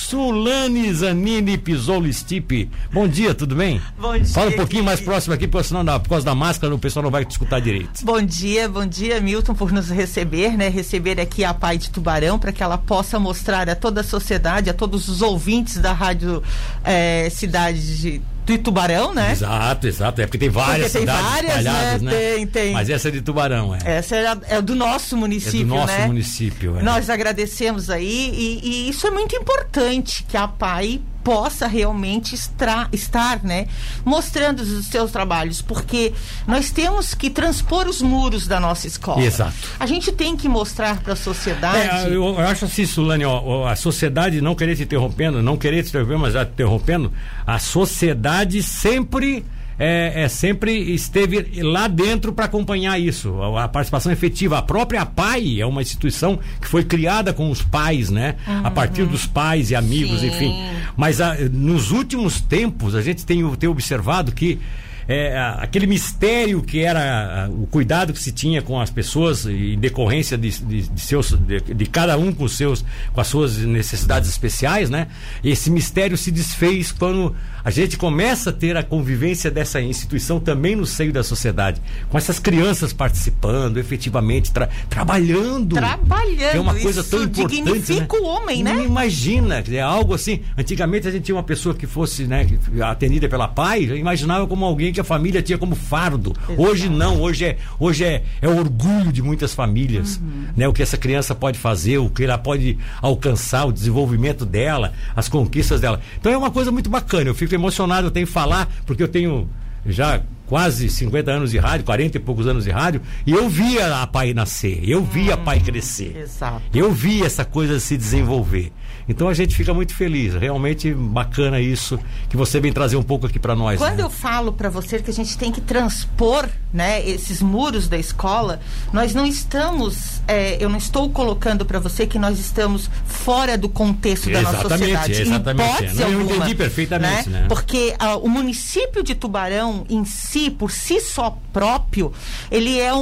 Sulane Zanini Pisolo Stipe. Bom dia, tudo bem? Bom dia. Fala um pouquinho mais próximo aqui, porque senão por causa da máscara o pessoal não vai te escutar direito. Bom dia, Milton, por nos receber, né? Receber aqui a Pai de Tubarão, para que ela possa mostrar a toda a sociedade, a todos os ouvintes da Rádio Cidade de Tubarão, né? Exato, é porque tem várias cidades espalhadas, né? Tem. Mas essa é de Tubarão, Essa é do nosso município, né? É do nosso município, Nós agradecemos aí e isso é muito importante, que a PAI possa realmente estar, né, mostrando os seus trabalhos, porque nós temos que transpor os muros da nossa escola. Exato. A gente tem que mostrar para a sociedade. Eu acho assim, Sulane, a sociedade, não querer te interrompendo, mas já te interrompendo, a sociedade sempre esteve lá dentro para acompanhar isso, a participação efetiva. A própria PAI é uma instituição que foi criada com os pais, né? A partir dos pais e amigos, sim, enfim. Mas nos últimos tempos a gente tem observado que aquele mistério que era o cuidado que se tinha com as pessoas em decorrência de cada um com as suas necessidades especiais, né? Esse mistério se desfez quando a gente começa a ter a convivência dessa instituição também no seio da sociedade, com essas crianças participando efetivamente, trabalhando, que é uma coisa tão importante, dignifica, né? O homem, né? Não imagina, é algo assim. Antigamente a gente tinha uma pessoa que fosse, né, atendida pela PAI, imaginava como alguém que a família tinha como fardo. Exato. Hoje não, hoje é orgulho de muitas famílias, né? O que essa criança pode fazer, o que ela pode alcançar, o desenvolvimento dela, as conquistas dela. Então é uma coisa muito bacana. Eu fico emocionado, eu tenho que falar, porque eu tenho já quase 50 anos de rádio, 40 e poucos anos de rádio, e eu via a PAI nascer, eu via a PAI crescer. Exato. Eu vi essa coisa se desenvolver. Então a gente fica muito feliz, realmente bacana isso que você vem trazer um pouco aqui para nós. Quando eu falo para você que a gente tem que transpor, né, esses muros da escola, nós não estamos, eu não estou colocando para você que nós estamos fora do contexto da nossa sociedade. Exatamente. Eu entendi perfeitamente, né? Porque o município de Tubarão em si, por si só próprio, ele é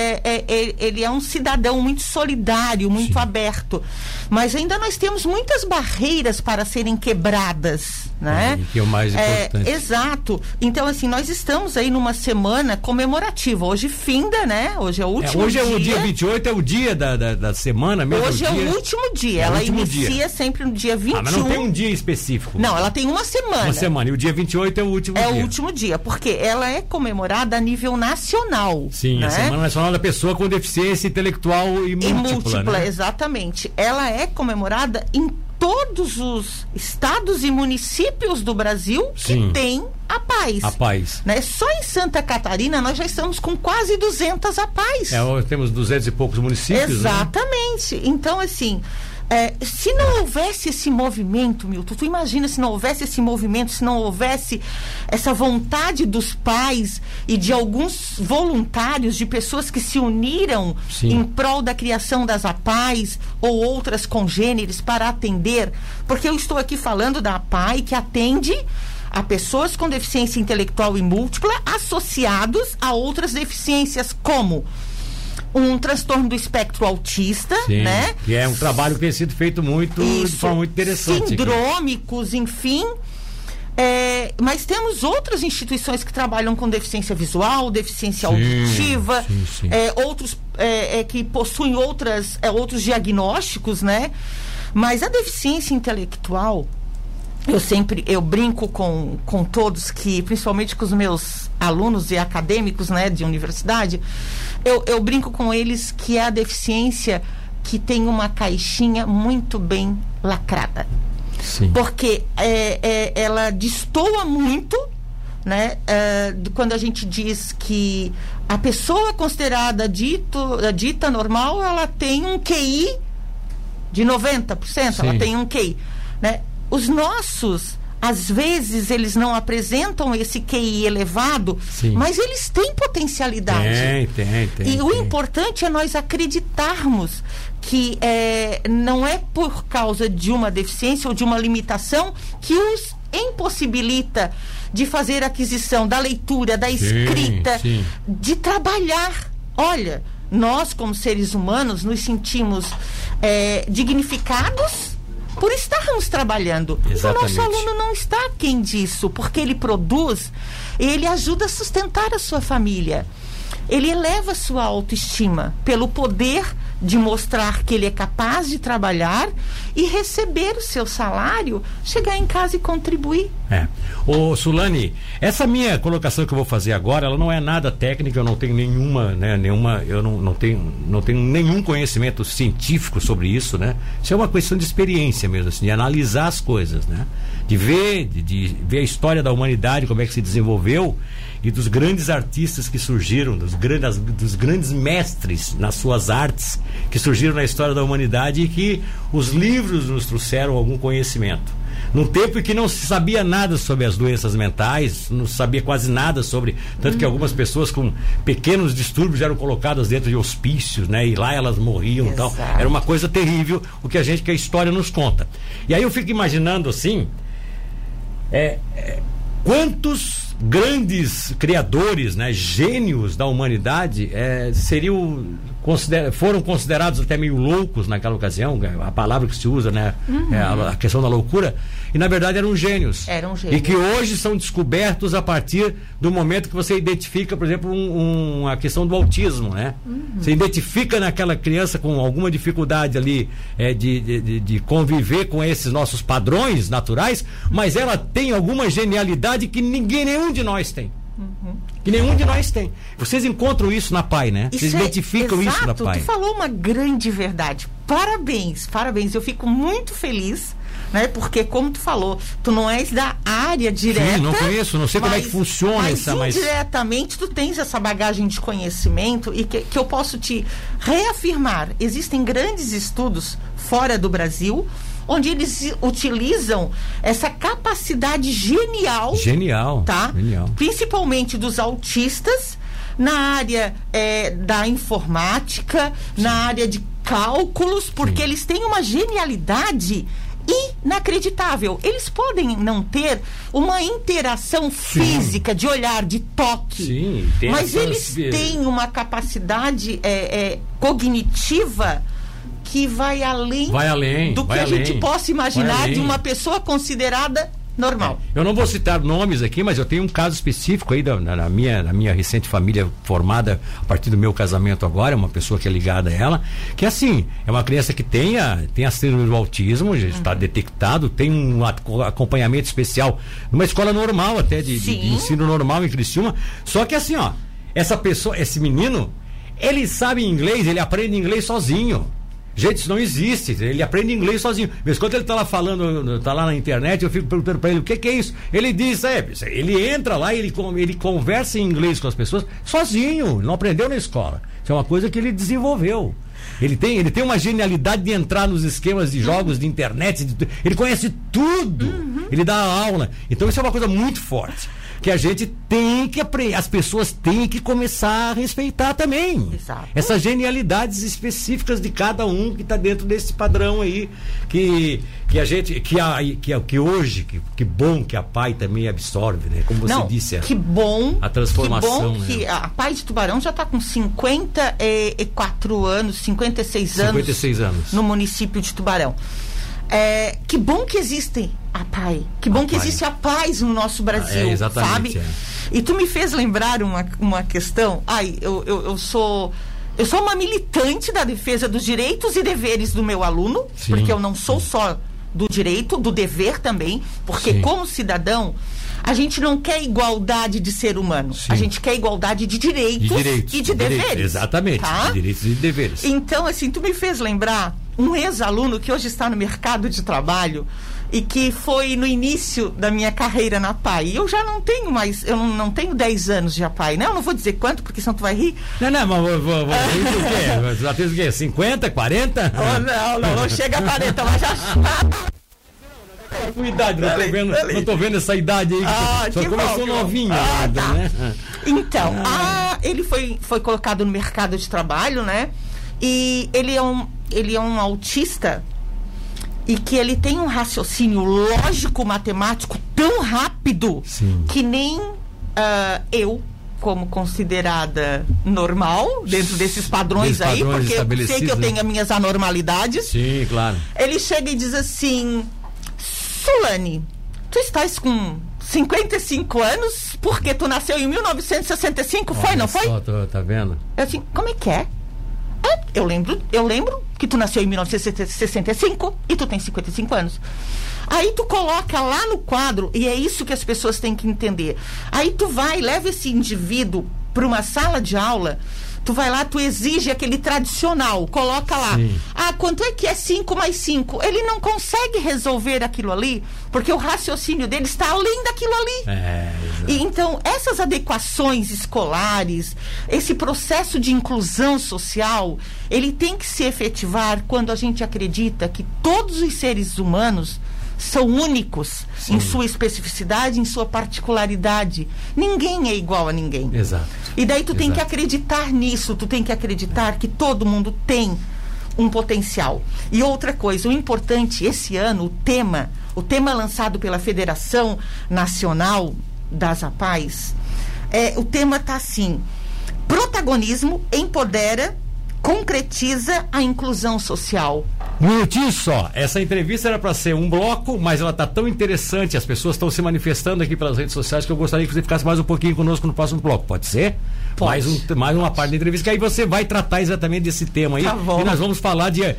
um cidadão muito solidário, muito Sim. aberto. Mas ainda nós temos muitas barreiras para serem quebradas, né? Que é o mais importante. Exato. Então, assim, nós estamos aí numa semana comemorativa. Hoje finda, né? Hoje é o último dia. Hoje é o dia 28, é o dia da semana mesmo? Hoje é o último dia. Ela inicia sempre no dia 21. Mas não tem um dia específico. Não, ela tem uma semana. Uma semana. E o dia 28 é o último dia. É o último dia, porque ela é comemorada a nível nacional. Sim, né? A Semana Nacional da Pessoa com Deficiência Intelectual e Múltipla, né? Exatamente. Ela é comemorada em todos os estados e municípios do Brasil Sim. que tem a PAI. A PAI. Né? Só em Santa Catarina nós já estamos com quase 200 APAIs. Temos 200 e poucos municípios. Exatamente. Né? Então, assim, se não houvesse esse movimento, Milton, tu imagina se não houvesse esse movimento, se não houvesse essa vontade dos pais e de alguns voluntários, de pessoas que se uniram Sim. em prol da criação das APAIs ou outras congêneres para atender, porque eu estou aqui falando da APAI que atende a pessoas com deficiência intelectual e múltipla associados a outras deficiências como um transtorno do espectro autista, Sim, né? Que é um trabalho que tem sido feito de forma muito interessante. Sindrômicos, enfim. Mas temos outras instituições que trabalham com deficiência visual, deficiência auditiva, sim. Outros que possuem outros diagnósticos, né? Mas a deficiência intelectual, eu brinco com todos que, principalmente com os meus alunos e acadêmicos, né, de universidade, eu brinco com eles que é a deficiência que tem uma caixinha muito bem lacrada. Sim. Porque ela destoa muito, né, quando a gente diz que a pessoa considerada dita normal, ela tem um QI de 90%, Sim. ela tem um QI, né? Os nossos, às vezes, eles não apresentam esse QI elevado, Sim. mas eles têm potencialidade. Tem. E o importante é nós acreditarmos que não é por causa de uma deficiência ou de uma limitação que os impossibilita de fazer a aquisição da leitura, da escrita, Sim. de trabalhar. Olha, nós, como seres humanos, nos sentimos dignificados por estarmos trabalhando. Exatamente. O nosso aluno não está aquém disso, porque ele produz, ele ajuda a sustentar a sua família. Ele eleva a sua autoestima pelo poder de mostrar que ele é capaz de trabalhar e receber o seu salário, chegar em casa e contribuir. Ô Sulane, essa minha colocação que eu vou fazer agora, ela não é nada técnica, eu não tenho eu não tenho nenhum conhecimento científico sobre isso, né? Isso é uma questão de experiência mesmo, assim, de analisar as coisas, né? De ver a história da humanidade, como é que se desenvolveu, e dos grandes artistas que surgiram, dos grandes mestres nas suas artes que surgiram na história da humanidade, e que os livros nos trouxeram algum conhecimento. Num tempo em que não se sabia nada sobre as doenças mentais, não se sabia quase nada sobre, tanto que algumas pessoas com pequenos distúrbios eram colocadas dentro de hospícios, né? E lá elas morriam e tal. Era uma coisa terrível que a história nos conta. E aí eu fico imaginando assim, quantos grandes criadores, né, gênios da humanidade foram considerados até meio loucos naquela ocasião, a palavra que se usa, né, a questão da loucura, e na verdade eram gênios. E que hoje são descobertos a partir do momento que você identifica, por exemplo, a questão do autismo, né? Você identifica naquela criança com alguma dificuldade ali de conviver com esses nossos padrões naturais, mas ela tem alguma genialidade que nenhum de nós tem. Que nenhum de nós tem. Vocês encontram isso na PAI, né? Vocês identificam isso na PAI. Tu falou uma grande verdade. Parabéns. Eu fico muito feliz, né? Porque, como tu falou, tu não és da área direta. Sim, não conheço, não sei como é que funciona essa, mas indiretamente tu tens essa bagagem de conhecimento e que eu posso te reafirmar. Existem grandes estudos fora do Brasil, onde eles utilizam essa capacidade genial, tá? Genial. Principalmente dos autistas, na área da informática, na área de cálculos, porque eles têm uma genialidade inacreditável. Eles podem não ter uma interação física, de olhar, de toque, mas eles têm uma capacidade cognitiva que vai além do que a gente possa imaginar de uma pessoa considerada normal. Eu não vou citar nomes aqui, mas eu tenho um caso específico aí na minha recente família formada a partir do meu casamento agora, uma pessoa que é ligada a ela, que assim, é uma criança que tem a síndrome do autismo, já está detectado, tem um acompanhamento especial numa escola normal, até de ensino normal em Criciúma, só que assim, ó, esse menino, ele sabe inglês, ele aprende inglês sozinho. Gente, isso não existe. Ele aprende inglês sozinho. Mas quando ele tá lá falando, tá lá na internet, eu fico perguntando pra ele o que é isso. Ele diz, ele entra lá e ele conversa em inglês com as pessoas sozinho. Não aprendeu na escola. Isso é uma coisa que ele desenvolveu. Ele tem uma genialidade de entrar nos esquemas de jogos de internet. Ele conhece tudo. Ele dá aula. Então isso é uma coisa muito forte, que a gente tem que aprender, as pessoas têm que começar a respeitar também. Exato. Essas genialidades específicas de cada um que está dentro desse padrão aí, que hoje, que bom que a PAI também absorve, né? Como você disse, que bom, a transformação. Que bom, né? Que a PAI de Tubarão já está com 54 anos, 56 anos no município de Tubarão. Que bom que existe a PAI. Que bom que existe a paz no nosso Brasil, sabe? E tu me fez lembrar uma questão. Eu sou uma militante da defesa dos direitos e deveres do meu aluno, porque eu não sou só do direito, do dever também, porque como cidadão, a gente não quer igualdade de ser humano. A gente quer igualdade de direitos e de deveres. Exatamente, tá? De direitos e deveres. Então, assim, tu me fez lembrar um ex-aluno que hoje está no mercado de trabalho e que foi no início da minha carreira na PAI. Eu já não tenho mais, eu não tenho 10 anos de PAI, né? Eu não vou dizer quanto, porque senão tu vai rir. Mas vou rir do quê? Já fez o quê? 50, 40? Não chega a 40, mas já está. Cuidado, não tô vendo essa idade aí. Só começou novinha. Tá. Né? Então, ele foi colocado no mercado de trabalho, né? E ele é um autista e que ele tem um raciocínio lógico, matemático tão rápido que nem eu como considerada normal, dentro desses padrões aí, porque eu sei que eu tenho as minhas anormalidades. Sim, claro. Ele chega e diz assim: Sulane, tu estás com 55 anos porque tu nasceu em 1965, foi, não foi? Tá vendo? Eu assim, como é que é? Eu lembro que tu nasceu em 1965 e tu tem 55 anos. Aí tu coloca lá no quadro, e é isso que as pessoas têm que entender. Aí tu vai, leva esse indivíduo para uma sala de aula, tu vai lá, tu exige aquele tradicional, coloca lá. Sim. Quanto é que é 5 mais 5? Ele não consegue resolver aquilo ali, porque o raciocínio dele está além daquilo ali. E então, essas adequações escolares, esse processo de inclusão social, ele tem que se efetivar quando a gente acredita que todos os seres humanos são únicos. Sim. Em sua especificidade, em sua particularidade. Ninguém é igual a ninguém. Exato. E daí tu tem que acreditar nisso, tu tem que acreditar que todo mundo tem um potencial. E outra coisa, o importante, esse ano, o tema lançado pela Federação Nacional das APAES, o tema está assim: protagonismo empodera, concretiza a inclusão social. Um minutinho só. Essa entrevista era para ser um bloco, mas ela está tão interessante, as pessoas estão se manifestando aqui pelas redes sociais, que eu gostaria que você ficasse mais um pouquinho conosco no próximo bloco. Pode ser? Pode. Mais uma parte da entrevista, que aí você vai tratar exatamente desse tema aí. Tá bom. E nós vamos falar de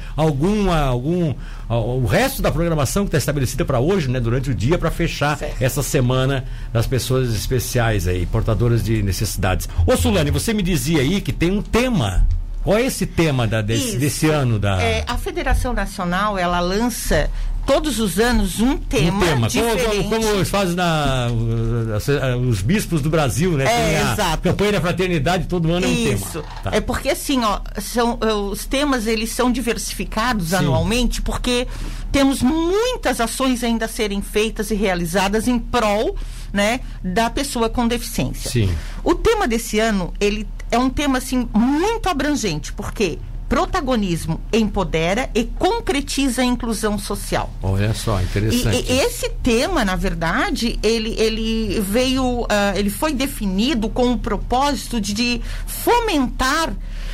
o resto da programação que está estabelecida para hoje, né, durante o dia, para fechar essa semana das pessoas especiais aí, portadoras de necessidades. Ô Sulane, você me dizia aí que tem um tema. Qual é esse tema desse ano? A Federação Nacional, ela lança todos os anos um tema diferente. Como eles fazem os bispos do Brasil, né? Tem a campanha da fraternidade, todo ano é um tema. Isso. Tá. É porque assim, os temas, eles são diversificados anualmente, porque temos muitas ações ainda a serem feitas e realizadas em prol, né, da pessoa com deficiência. Sim. O tema desse ano, ele é um tema assim muito abrangente, porque protagonismo empodera e concretiza a inclusão social. Olha só, interessante. E esse tema, na verdade, ele veio, ele foi definido com o propósito de fomentar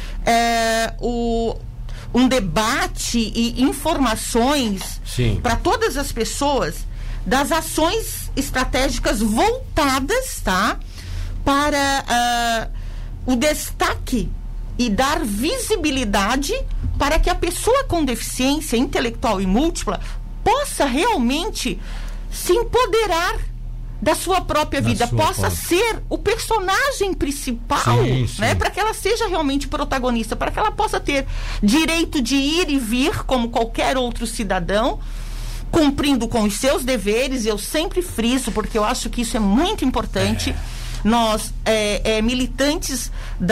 um debate e informações para todas as pessoas das ações estratégicas voltadas, tá, para o destaque e dar visibilidade para que a pessoa com deficiência intelectual e múltipla possa realmente se empoderar da sua própria vida, possa ser o personagem principal, né, para que ela seja realmente protagonista, para que ela possa ter direito de ir e vir como qualquer outro cidadão, cumprindo com os seus deveres. Eu sempre friso, porque eu acho que isso é muito importante. Nós, militantes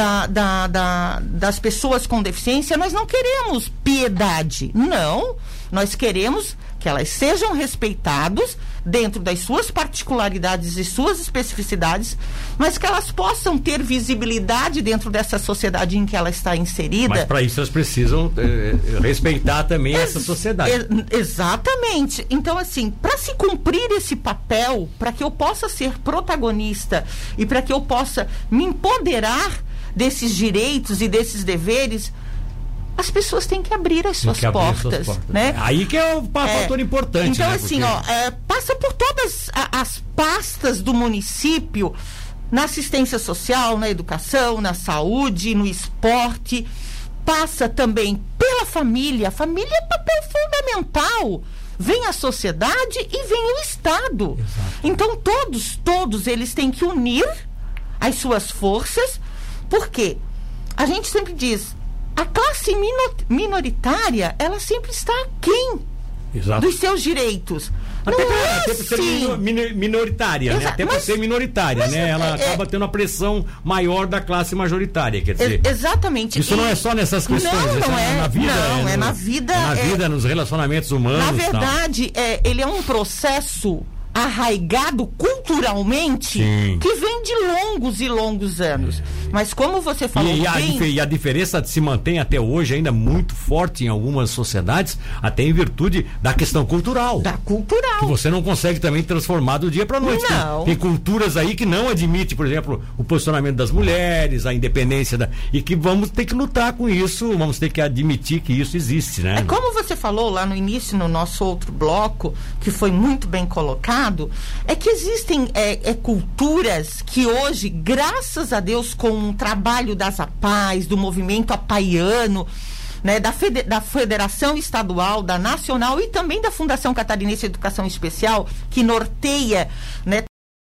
das pessoas com deficiência, nós não queremos piedade, não. Nós queremos que elas sejam respeitadas dentro das suas particularidades e suas especificidades, mas que elas possam ter visibilidade dentro dessa sociedade em que ela está inserida. Mas para isso elas precisam respeitar também essa sociedade. Exatamente. Então, assim, para se cumprir esse papel, para que eu possa ser protagonista e para que eu possa me empoderar desses direitos e desses deveres, as pessoas têm que abrir as suas portas, né? Aí que é o fator importante. Então, né? assim, passa por todas as pastas do município, na assistência social, na educação, na saúde, no esporte, passa também pela família. A família é papel fundamental. Vem a sociedade e vem o Estado. Exato. Então, todos eles têm que unir as suas forças, porque a gente sempre diz, a classe minoritária, ela sempre está aquém dos seus direitos. Até por ser minoritária, né? Até por ser minoritária, né? Ela acaba tendo a pressão maior da classe majoritária, quer dizer. Exatamente. Isso não é só nessas questões. Não é na vida. Não, é na vida. É na vida, nos relacionamentos humanos. Na verdade, ele é um processo arraigado culturalmente, Sim. que vem de longos e longos anos. Mas como você falou E a diferença se mantém até hoje ainda muito forte em algumas sociedades, até em virtude da questão cultural. Da cultural. Que você não consegue também transformar do dia para noite. Não. Tem culturas aí que não admitem, por exemplo, o posicionamento das mulheres, a independência e que vamos ter que lutar com isso, vamos ter que admitir que isso existe, né? É como você falou lá no início, no nosso outro bloco, que foi muito bem colocado, é que existem culturas que hoje, graças a Deus, com o trabalho das APAES, do movimento apaiano, né, da Federação Estadual, da Nacional e também da Fundação Catarinense de Educação Especial, que norteia, né,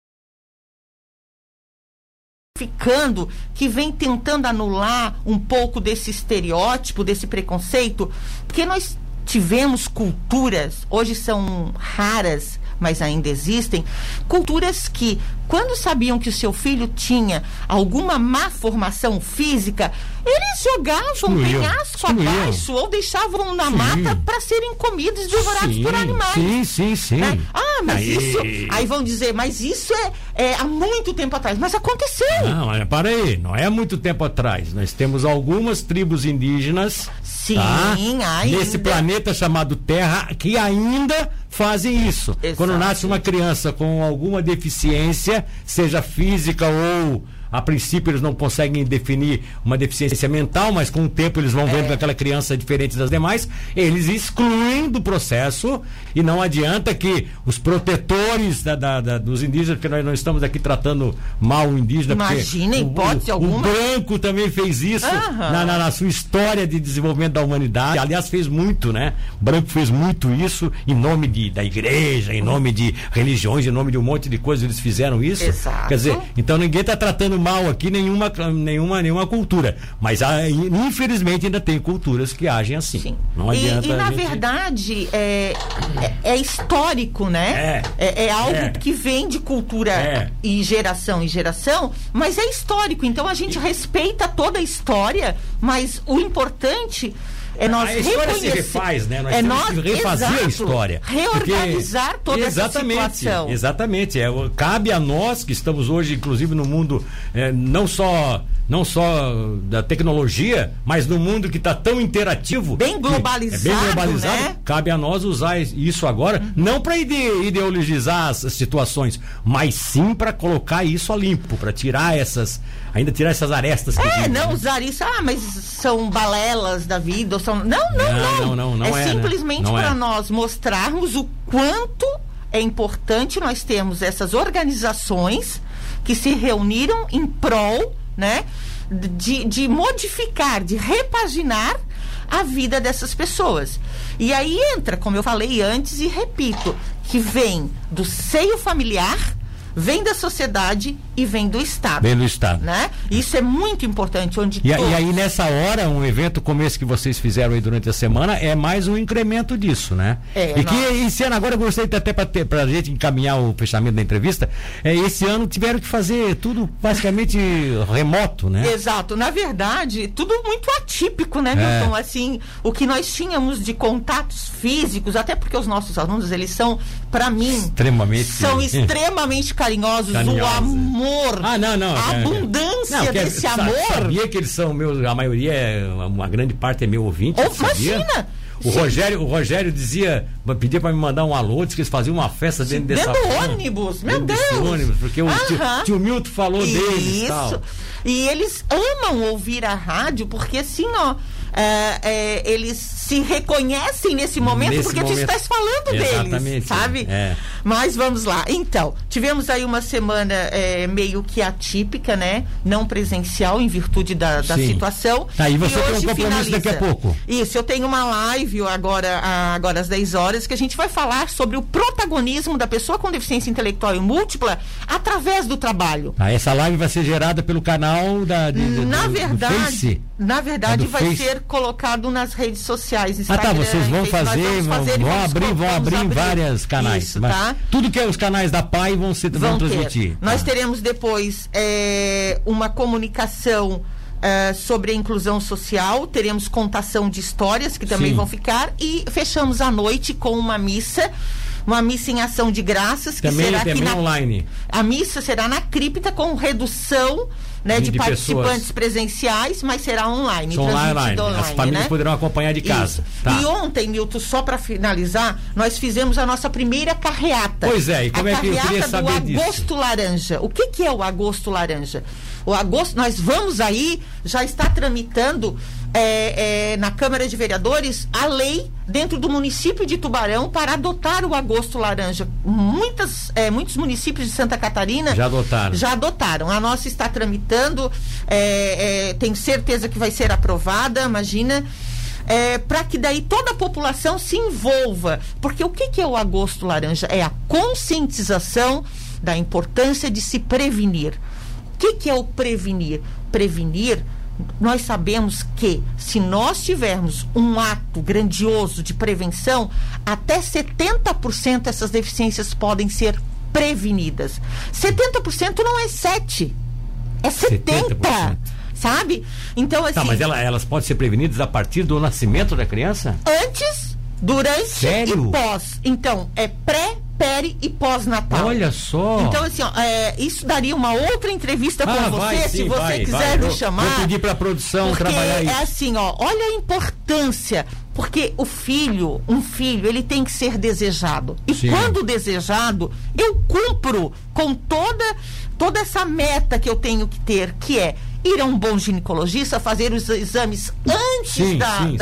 que vem tentando anular um pouco desse estereótipo, desse preconceito, porque nós tivemos culturas, hoje são raras, mas ainda existem, culturas que, quando sabiam que o seu filho tinha alguma má formação física, eles jogavam penhasco abaixo ou deixavam na mata para serem comidos e devorados por animais. Sim. Né? Mas isso... Aí vão dizer, mas isso é há muito tempo atrás. Mas aconteceu. Não, mas para aí, não é há muito tempo atrás. Nós temos algumas tribos indígenas, sim, tá? ainda, nesse planeta chamado Terra, que ainda fazem isso. Exato. Quando nasce uma criança com alguma deficiência, seja física ou... A princípio eles não conseguem definir uma deficiência mental, mas com o tempo eles vão vendo que aquela criança é diferente das demais, eles excluem do processo e não adianta que os protetores dos indígenas, porque nós não estamos aqui tratando mal o indígena. Imagina, hipótese alguma. O branco também fez isso na sua história de desenvolvimento da humanidade. Aliás, fez muito, né? O branco fez muito isso em nome da igreja, em nome de religiões, em nome de um monte de coisas, eles fizeram isso. Exato. Quer dizer, então ninguém está tratando mal aqui nenhuma cultura, mas infelizmente ainda tem culturas que agem assim. Sim. Não adianta. E na verdade é histórico, né? É algo que vem de cultura e geração em geração, mas é histórico. Então a gente respeita toda a história, mas o importante é nós a história se refaz, né? Nós temos que refazer a história. Reorganizar toda essa situação. Exatamente. Cabe a nós que estamos hoje, inclusive, no mundo não só da tecnologia, mas no mundo que está tão interativo. Bem globalizado, né? Cabe a nós usar isso agora, não para ideologizar as situações, mas sim para colocar isso a limpo, para tirar essas arestas. Não usar isso, mas são balelas da vida, não. Não é simplesmente para nós mostrarmos o quanto é importante nós termos essas organizações que se reuniram em prol, né, de modificar, de repaginar a vida dessas pessoas. E aí entra, como eu falei antes e repito, que vem do seio familiar, vem da sociedade e vem do Estado. Vem do Estado. Né? Isso é muito importante. E aí, nessa hora, um evento como esse que vocês fizeram aí durante a semana é mais um incremento disso, né? Esse ano, agora eu gostaria até para a gente encaminhar o fechamento da entrevista, esse ano tiveram que fazer tudo basicamente remoto, né? Exato. Na verdade, tudo muito atípico, né, Milton? Assim, o que nós tínhamos de contatos físicos, até porque os nossos alunos, eles são, para mim, extremamente carinhosos, o amor, a abundância desse amor. Sabia que eles são meus, a maioria, uma grande parte é meu ouvinte. Imagina! O Rogério pedia para me mandar um alô, disse que eles faziam uma festa dentro dessa ônibus, meu Deus! Ônibus, porque o tio Milton falou deles e tal. E eles amam ouvir a rádio, porque assim, eles se reconhecem nesse momento, porque tu estás falando deles, sabe? Mas vamos lá. Então, tivemos aí uma semana meio que atípica, né? Não presencial, em virtude da situação. E você tem um compromisso daqui a pouco. Isso, eu tenho uma live agora às 10 horas, que a gente vai falar sobre o protagonismo da pessoa com deficiência intelectual e múltipla através do trabalho. Essa live vai ser gerada pelo canal do Face? Na verdade, vai ser colocado nas redes sociais. Instagram, vocês vão vão abrir em vários canais. Isso, tá? Tudo que é os canais da PAI vão transmitir. Nós teremos depois uma comunicação sobre a inclusão social, teremos contação de histórias que também vão ficar, e fechamos a noite com uma missa uma missa em ação de graças, que também, será também online. A missa será na cripta com redução, né, de participantes presenciais, mas será online. Online. As famílias, né, poderão acompanhar de casa. Tá. E ontem, Milton, só para finalizar, nós fizemos a nossa primeira carreata. Pois é, e como é que eu queria saber disso? Agosto Laranja. O que é o Agosto Laranja? O agosto, nós vamos aí, já está tramitando na Câmara de Vereadores a lei dentro do município de Tubarão para adotar o Agosto Laranja. Muitos municípios de Santa Catarina já adotaram. A nossa está tramitando, tenho certeza que vai ser aprovada, imagina. Para que daí toda a população se envolva. Porque o que é o Agosto Laranja? É a conscientização da importância de se prevenir. O que é o prevenir? Prevenir, nós sabemos que se nós tivermos um ato grandioso de prevenção, até 70% essas deficiências podem ser prevenidas. 70% não é 7%, é 70%. Sabe? Então, assim... Tá, mas elas podem ser prevenidas a partir do nascimento da criança? Antes, durante e pós. Então, é pré, peri e pós-natal. Olha só. Então, assim, isso daria uma outra entrevista com você, se você quiser me chamar. Vou pedir para a produção trabalhar isso. É assim, olha a importância, porque um filho, ele tem que ser desejado. E quando desejado, eu cumpro com toda essa meta que eu tenho que ter, que é ir a um bom ginecologista, fazer os exames antes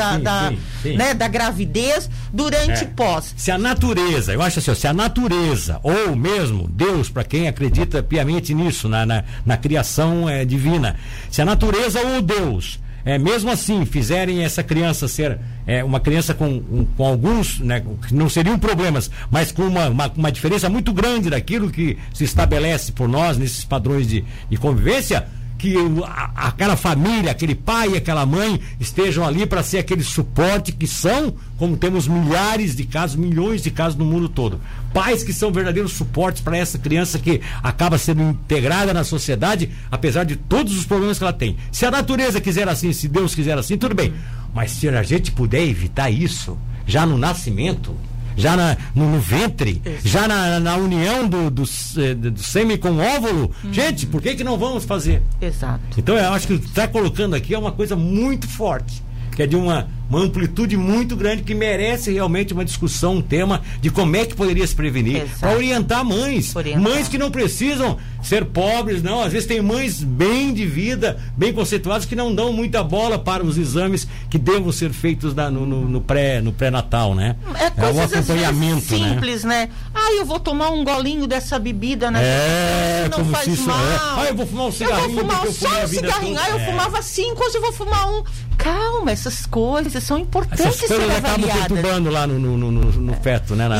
da gravidez, durante e pós. Se a natureza, eu acho assim, se a natureza, ou mesmo Deus, para quem acredita piamente nisso, na criação divina, se a natureza ou Deus, mesmo assim, fizerem essa criança ser uma criança com alguns, né, que não seriam problemas, mas com uma diferença muito grande daquilo que se estabelece por nós nesses padrões de convivência, que aquela família, aquele pai e aquela mãe estejam ali para ser aquele suporte que são, como temos milhões de casos no mundo todo. Pais que são verdadeiros suportes para essa criança que acaba sendo integrada na sociedade, apesar de todos os problemas que ela tem. Se a natureza quiser assim, se Deus quiser assim, tudo bem. Mas se a gente puder evitar isso, já no nascimento, já no ventre, já na união do sêmen com o óvulo, gente, por que não vamos fazer? Exato. Então eu acho que está colocando aqui é uma coisa muito forte, que é de uma amplitude muito grande, que merece realmente uma discussão, um tema de como é que poderia se prevenir, para orientar mães que não precisam ser pobres, não, às vezes tem mães bem de vida, bem conceituadas, que não dão muita bola para os exames que devam ser feitos no pré-natal, né? É um acompanhamento simples, né? Eu vou tomar um golinho dessa bebida, né? Não faz mal. Eu vou fumar um cigarrinho. Eu vou fumar só um cigarrinho. Eu fumava 5, hoje eu vou fumar um. Calma, essas coisas são importantes ser avaliadas. Acabam perturbando lá no feto, né?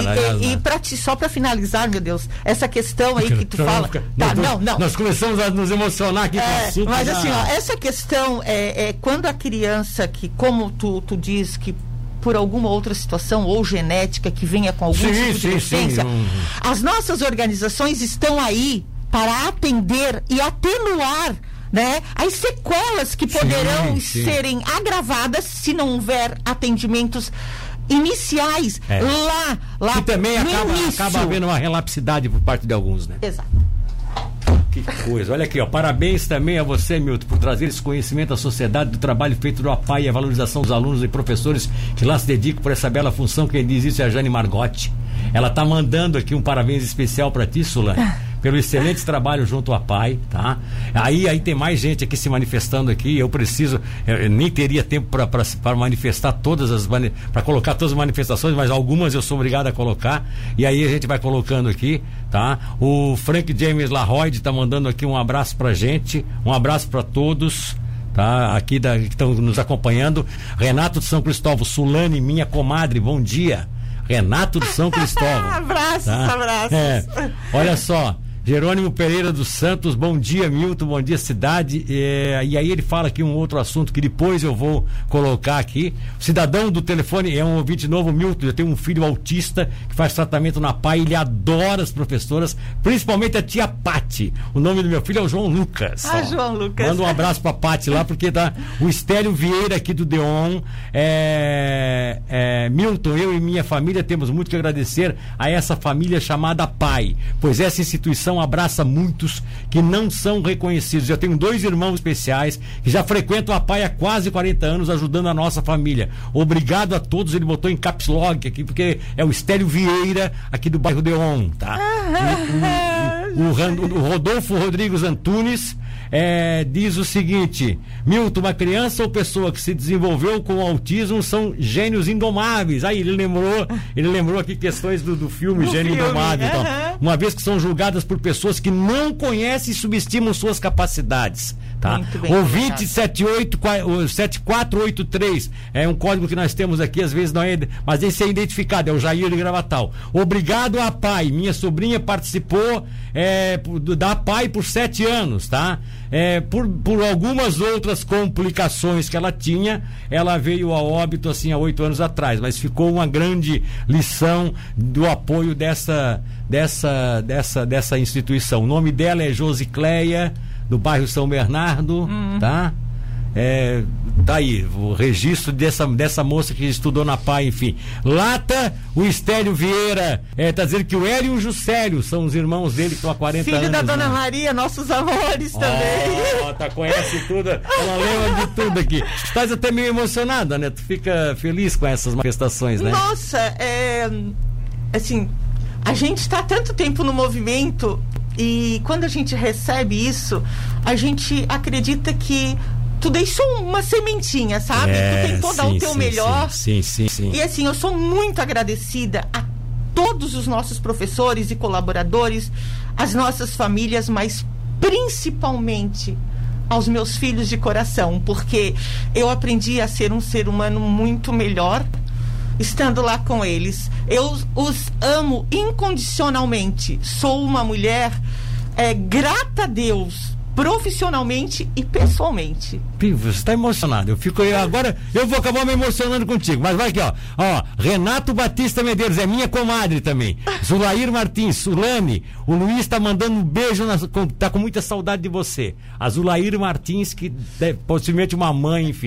Só para finalizar, meu Deus, essa questão aí que tu fala. Não. Nós começamos a nos emocionar aqui com o assunto. Mas assim, essa questão quando a criança, que como tu diz que por alguma outra situação ou genética que venha com algum tipo de deficiência, as nossas organizações estão aí para atender e atenuar, né, as sequelas que poderão serem agravadas se não houver atendimentos iniciais lá que também acaba havendo uma relapsidade por parte de alguns, né? Exato. Que coisa, olha aqui, parabéns também a você, Milton, por trazer esse conhecimento à sociedade do trabalho feito do APAI e a valorização dos alunos e professores que lá se dedicam por essa bela função. Quem diz isso é a Jane Margotti. Ela tá mandando aqui um parabéns especial para ti, Sulane, pelo excelente trabalho junto ao APAI, tá? Aí tem mais gente aqui se manifestando aqui. Eu nem teria tempo para manifestar para colocar todas as manifestações, mas algumas eu sou obrigado a colocar, e aí a gente vai colocando aqui, tá? O Frank James Larroyd tá mandando aqui um abraço pra gente, um abraço para todos, tá? Aqui que estão nos acompanhando. Renato de São Cristóvão, Sulane, minha comadre, bom dia. Renato de São Cristóvão. Abraços. Olha só, Jerônimo Pereira dos Santos, bom dia, Milton, bom dia, cidade. E aí ele fala aqui um outro assunto que depois eu vou colocar aqui. O cidadão do telefone é um ouvinte novo, Milton. Eu tenho um filho autista que faz tratamento na PAI, ele adora as professoras, principalmente a tia Pati. O nome do meu filho é o João Lucas. João Lucas. Manda um abraço pra Pati lá, porque tá o Estélio Vieira aqui do Deon. Milton, eu e minha família temos muito que agradecer a essa família chamada PAI, pois essa instituição abraça muitos que não são reconhecidos. Eu tenho 2 irmãos especiais que já frequentam a PAI há quase 40 anos, ajudando a nossa família. Obrigado a todos. Ele botou em caps lock aqui, porque é o Estélio Vieira, aqui do bairro Deon, tá? O Rodolfo Rodrigues Antunes diz o seguinte: Milton, uma criança ou pessoa que se desenvolveu com autismo são gênios indomáveis. Aí ele lembrou aqui questões do filme Gênio Indomável. Então, uma vez que são julgadas por pessoas que não conhecem e subestimam suas capacidades. Tá? Ouvinte 7483 é um código que nós temos aqui, às vezes não é, mas esse é identificado, é o Jair de Gravatal. Obrigado à PAI, minha sobrinha participou da PAI por 7 anos, tá? Por algumas outras complicações que ela tinha, ela veio a óbito assim há 8 anos atrás, mas ficou uma grande lição do apoio dessa instituição. O nome dela é Josicléia, do bairro São Bernardo, tá? Tá aí o registro dessa moça que estudou na PAI, enfim. Lata, o Estélio Vieira tá dizendo que o Hélio e o Juscelio são os irmãos dele que estão há 40 anos. Filho da Dona Maria, nossos amores também. Conhece tudo, ela lembra de tudo aqui. Estás até meio emocionada, né? Tu fica feliz com essas manifestações, né? Nossa, assim, a gente está há tanto tempo no movimento e quando a gente recebe isso, a gente acredita que tu deixou uma sementinha, sabe? Tu tentou dar o teu melhor. Sim. E assim, eu sou muito agradecida a todos os nossos professores e colaboradores, as nossas famílias, mas principalmente aos meus filhos de coração, porque eu aprendi a ser um ser humano muito melhor estando lá com eles. Eu os amo incondicionalmente. Sou uma mulher grata a Deus, profissionalmente e pessoalmente. Você está emocionado. Agora eu vou acabar me emocionando contigo. Mas vai aqui, ó. Renato Batista Medeiros é minha comadre também. Zulair Martins, Sulane, o Luiz está mandando um beijo, tá com muita saudade de você. A Zulair Martins, que possivelmente uma mãe, enfim.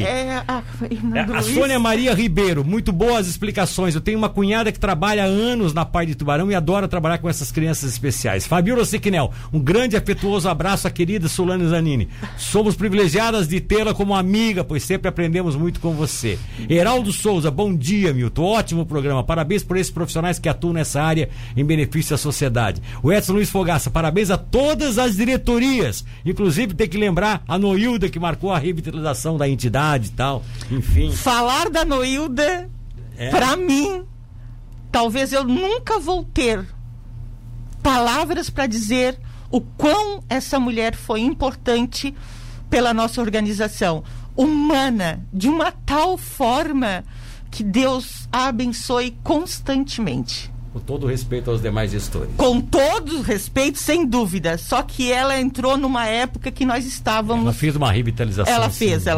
A Sônia Maria Ribeiro, muito boas explicações. Eu tenho uma cunhada que trabalha há anos na PAI de Tubarão e adora trabalhar com essas crianças especiais. Fabiola Sequinel, um grande e afetuoso abraço à querida Sulane Zanini. Somos privilegiadas de tê-la como amiga, pois sempre aprendemos muito com você. Heraldo Souza, bom dia, Milton. Ótimo programa. Parabéns por esses profissionais que atuam nessa área em benefício à sociedade. O Edson Luiz Fogaça, parabéns a todas as diretorias. Inclusive, tem que lembrar a Noilda, que marcou a revitalização da entidade e tal. Enfim. Falar da Noilda, pra mim, talvez eu nunca vou ter palavras para dizer o quão essa mulher foi importante pela nossa organização, humana, de uma tal forma que Deus a abençoe constantemente. Com todo respeito aos demais gestores. Com todo respeito, sem dúvida. Só que ela entrou numa época que nós estávamos... Ela fez uma revitalização. Ela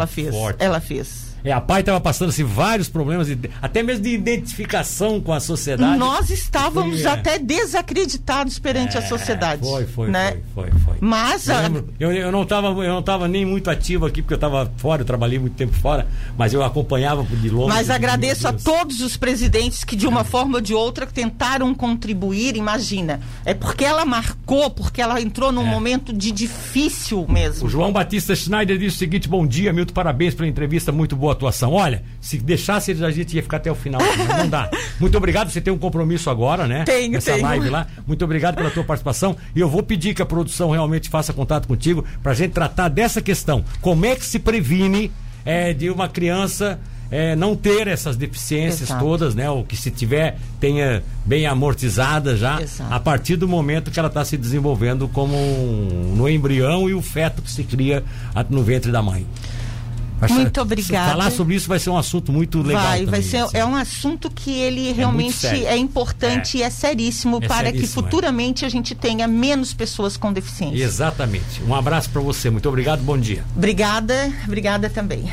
fez. A PAI estava passando vários problemas, até mesmo de identificação com a sociedade. Nós estávamos até desacreditados perante a sociedade. Foi. Mas eu não estava nem muito ativo aqui, porque eu estava fora, eu trabalhei muito tempo fora, mas eu acompanhava de longe. Mas agradeço a todos os presidentes que de uma forma ou de outra tentaram contribuir. Imagina, porque ela marcou, porque ela entrou num momento de difícil mesmo. O João Batista Schneider disse o seguinte: bom dia, Milton, parabéns pela entrevista, muito boa atuação. Olha, se deixasse a gente ia ficar até o final, não dá. Muito obrigado, você tem um compromisso agora, né? Tenho. Live lá. Muito obrigado pela tua participação e eu vou pedir que a produção realmente faça contato contigo pra gente tratar dessa questão. Como é que se previne de uma criança não ter essas deficiências todas, né? Ou que se tiver, tenha bem amortizada já. Exato. A partir do momento que ela está se desenvolvendo como no embrião e o feto que se cria no ventre da mãe. Muito obrigada. Falar sobre isso vai ser um assunto muito legal. Vai ser, é um assunto que ele realmente é importante e é seríssimo para que futuramente a gente tenha menos pessoas com deficiência. Exatamente. Um abraço para você. Muito obrigado. Bom dia. Obrigada também.